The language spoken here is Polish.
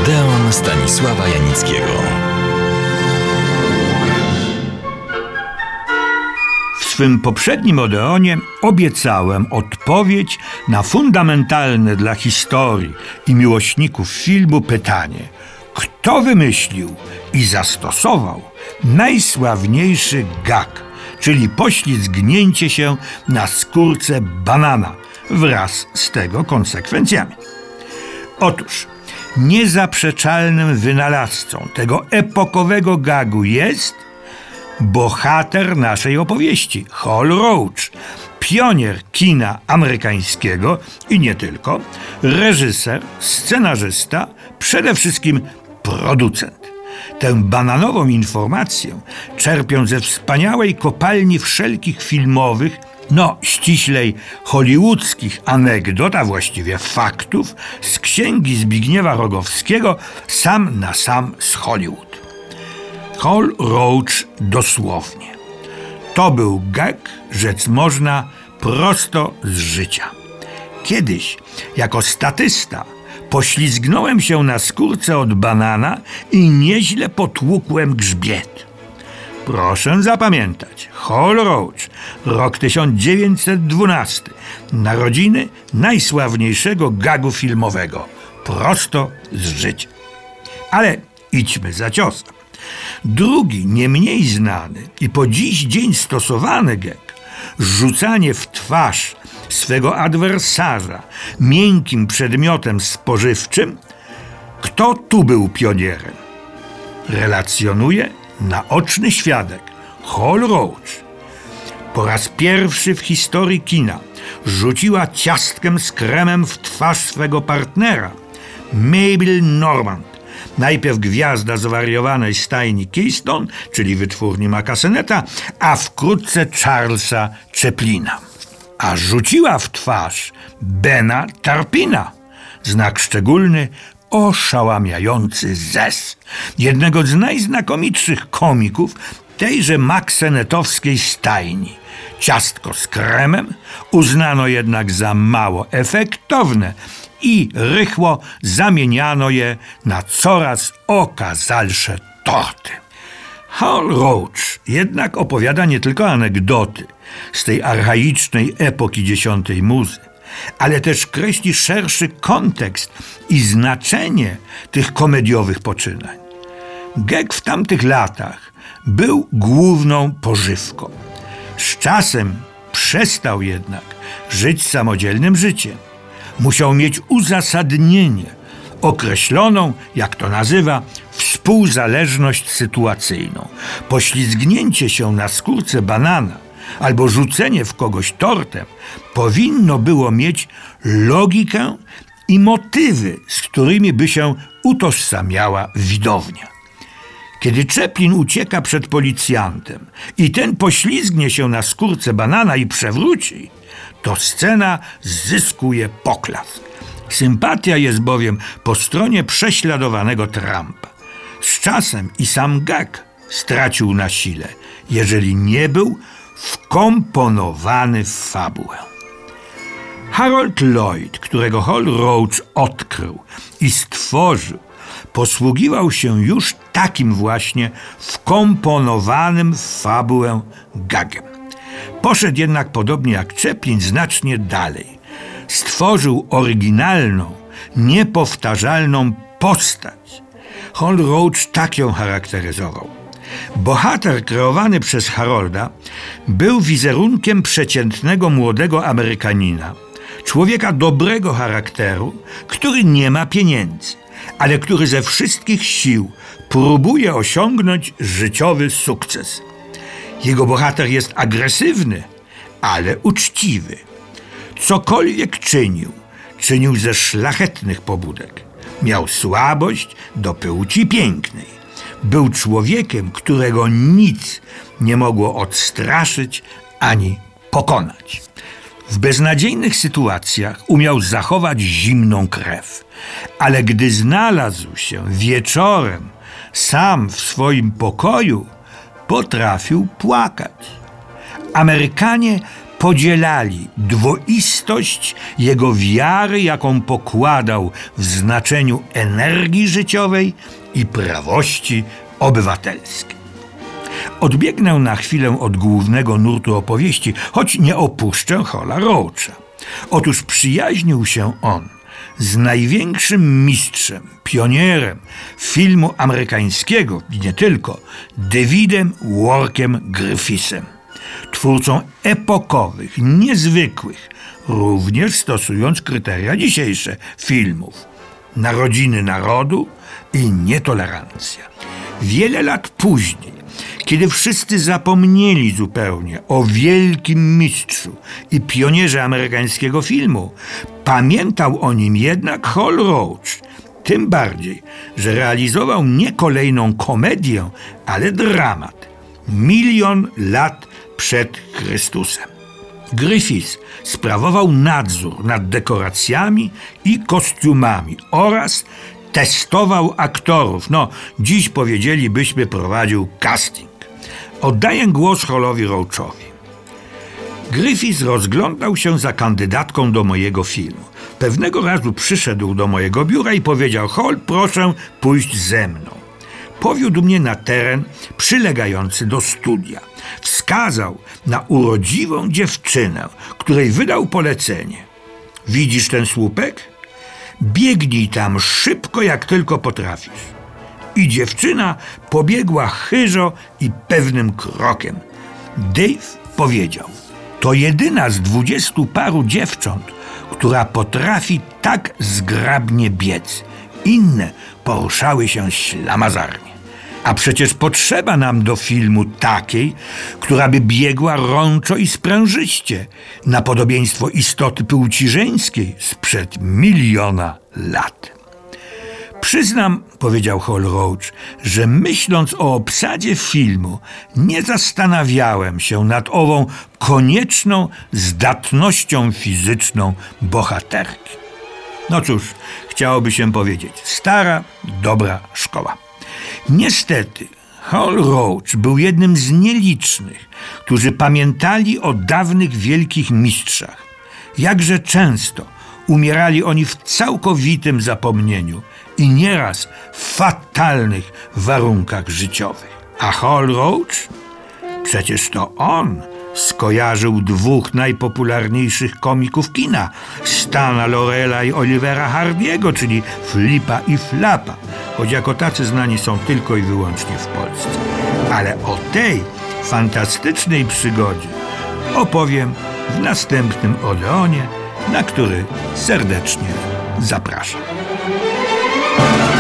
Odeon Stanisława Janickiego. W swym poprzednim Odeonie obiecałem odpowiedź na fundamentalne dla historii i miłośników filmu pytanie: kto wymyślił i zastosował najsławniejszy gag, czyli poślizgnięcie się na skórce banana wraz z tego konsekwencjami? Otóż niezaprzeczalnym wynalazcą tego epokowego gagu jest bohater naszej opowieści, Hal Roach, pionier kina amerykańskiego i nie tylko, reżyser, scenarzysta, przede wszystkim producent. Tę bananową informację czerpią ze wspaniałej kopalni wszelkich filmowych, ściślej hollywoodzkich anegdot, a właściwie faktów, z księgi Zbigniewa Rogowskiego Sam na sam z Hollywood. Hal Roach dosłownie. To był gag, rzec można, prosto z życia. Kiedyś, jako statysta, poślizgnąłem się na skórce od banana i nieźle potłukłem grzbiet. Proszę zapamiętać, Hal Roach, rok 1912, narodziny najsławniejszego gagu filmowego, prosto z życia. Ale idźmy za ciosem. Drugi, nie mniej znany i po dziś dzień stosowany gag, rzucanie w twarz swego adwersarza miękkim przedmiotem spożywczym, kto tu był pionierem? Relacjonuje naoczny świadek Hal Roach. Po raz pierwszy w historii kina rzuciła ciastkiem z kremem w twarz swego partnera, Mabel Normand. Najpierw gwiazda zwariowanej stajni Keystone, czyli wytwórni Maca Seneta, a wkrótce Charlesa Chaplina. A rzuciła w twarz Bena Tarpina. Znak szczególny, oszałamiający zes. Jednego z najznakomitszych komików tejże maksenetowskiej stajni. Ciastko z kremem uznano jednak za mało efektowne i rychło zamieniano je na coraz okazalsze torty. Hal Roach jednak opowiada nie tylko anegdoty z tej archaicznej epoki dziesiątej muzy, ale też kreśli szerszy kontekst i znaczenie tych komediowych poczynań. Gag w tamtych latach był główną pożywką. Z czasem przestał jednak żyć samodzielnym życiem. Musiał mieć uzasadnienie, określoną, jak to nazywa, współzależność sytuacyjną. Poślizgnięcie się na skórce banana albo rzucenie w kogoś tortem powinno było mieć logikę i motywy, z którymi by się utożsamiała widownia. Kiedy Chaplin ucieka przed policjantem i ten poślizgnie się na skórce banana i przewróci, to scena zyskuje poklask. Sympatia jest bowiem po stronie prześladowanego Trumpa. Z czasem i sam gag stracił na sile, jeżeli nie był wkomponowany w fabułę. Harold Lloyd, którego Hal Roach odkrył i stworzył, posługiwał się już takim właśnie wkomponowanym w fabułę gagiem. Poszedł jednak, podobnie jak Chaplin, znacznie dalej. Stworzył oryginalną, niepowtarzalną postać. Hal Roach tak ją charakteryzował. Bohater kreowany przez Harolda był wizerunkiem przeciętnego młodego Amerykanina, człowieka dobrego charakteru, który nie ma pieniędzy, ale który ze wszystkich sił próbuje osiągnąć życiowy sukces. Jego bohater jest agresywny, ale uczciwy. Cokolwiek czynił ze szlachetnych pobudek. Miał słabość do płci pięknej. Był człowiekiem, którego nic nie mogło odstraszyć ani pokonać. W beznadziejnych sytuacjach umiał zachować zimną krew, ale gdy znalazł się wieczorem sam w swoim pokoju, potrafił płakać. Amerykanie podzielali dwoistość jego wiary, jaką pokładał w znaczeniu energii życiowej i prawości obywatelskiej. Odbiegnę na chwilę od głównego nurtu opowieści, choć nie opuszczę Hola Roacha. Otóż przyjaźnił się on z największym mistrzem, pionierem filmu amerykańskiego i nie tylko, Davidem Warkiem Griffithem, twórcą epokowych, niezwykłych, również stosując kryteria dzisiejsze, filmów Narodziny Narodu i Nietolerancja. Wiele lat później, kiedy wszyscy zapomnieli zupełnie o wielkim mistrzu i pionierze amerykańskiego filmu, pamiętał o nim jednak Hal Roach. Tym bardziej, że realizował nie kolejną komedię, ale dramat. 1 000 000 lat przed Chrystusem. Griffith sprawował nadzór nad dekoracjami i kostiumami oraz testował aktorów. Dziś powiedzielibyśmy, prowadził casting. Oddaję głos Halowi Roachowi. Griffith rozglądał się za kandydatką do mojego filmu. Pewnego razu przyszedł do mojego biura i powiedział: Hal, proszę pójść ze mną. Powiódł mnie na teren przylegający do studia. Wskazał na urodziwą dziewczynę, której wydał polecenie. Widzisz ten słupek? Biegnij tam szybko, jak tylko potrafisz. I dziewczyna pobiegła chyżo i pewnym krokiem. Dave powiedział: to jedyna z 20 paru dziewcząt, która potrafi tak zgrabnie biec. Inne poruszały się ślamazarnie. A przecież potrzeba nam do filmu takiej, która by biegła rączo i sprężyście, na podobieństwo istoty płci żeńskiej sprzed 1 000 000 lat. Przyznam, powiedział Hal Roach, że myśląc o obsadzie filmu, nie zastanawiałem się nad ową konieczną zdatnością fizyczną bohaterki. No cóż, chciałoby się powiedzieć, stara, dobra szkoła. Niestety, Hal Roach był jednym z nielicznych, którzy pamiętali o dawnych wielkich mistrzach. Jakże często umierali oni w całkowitym zapomnieniu i nieraz w fatalnych warunkach życiowych. A Hal Roach? Przecież to on skojarzył 2 najpopularniejszych komików kina, Stana Laurela i Olivera Hardiego, czyli Flipa i Flapa, choć jako tacy znani są tylko i wyłącznie w Polsce. Ale o tej fantastycznej przygodzie opowiem w następnym Odeonie, na który serdecznie zapraszam.